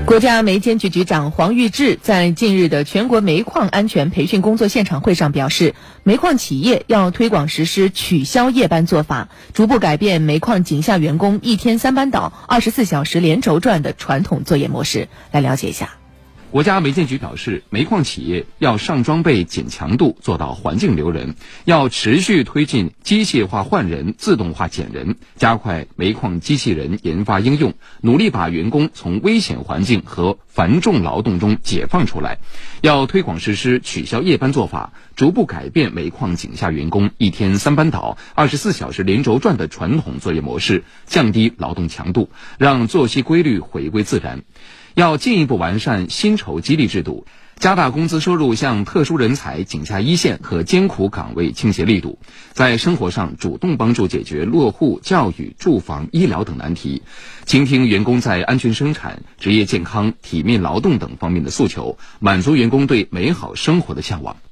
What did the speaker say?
国家煤监局局长黄玉志在近日的全国煤矿安全培训工作现场会上表示，煤矿企业要推广实施取消夜班做法，逐步改变煤矿井下员工1天3班倒、24小时连轴转的传统作业模式。来了解一下。 国家煤监局表示，煤矿企业要上装备、减强度，做到环境留人，要持续推进机械化换人、自动化减人，加快煤矿机器人研发应用，努力把员工从危险环境和繁重劳动中解放出来。要推广实施取消夜班做法，逐步改变煤矿井下员工1天3班倒、24小时连轴转的传统作业模式，降低劳动强度，让作息规律回归自然。要进一步完善薪酬激励制度，加大工资收入向特殊人才、井下一线和艰苦岗位倾斜力度，在生活上主动帮助解决落户、教育、住房、医疗等难题，倾听员工在安全生产、职业健康、体面劳动等方面的诉求，满足员工对美好生活的向往。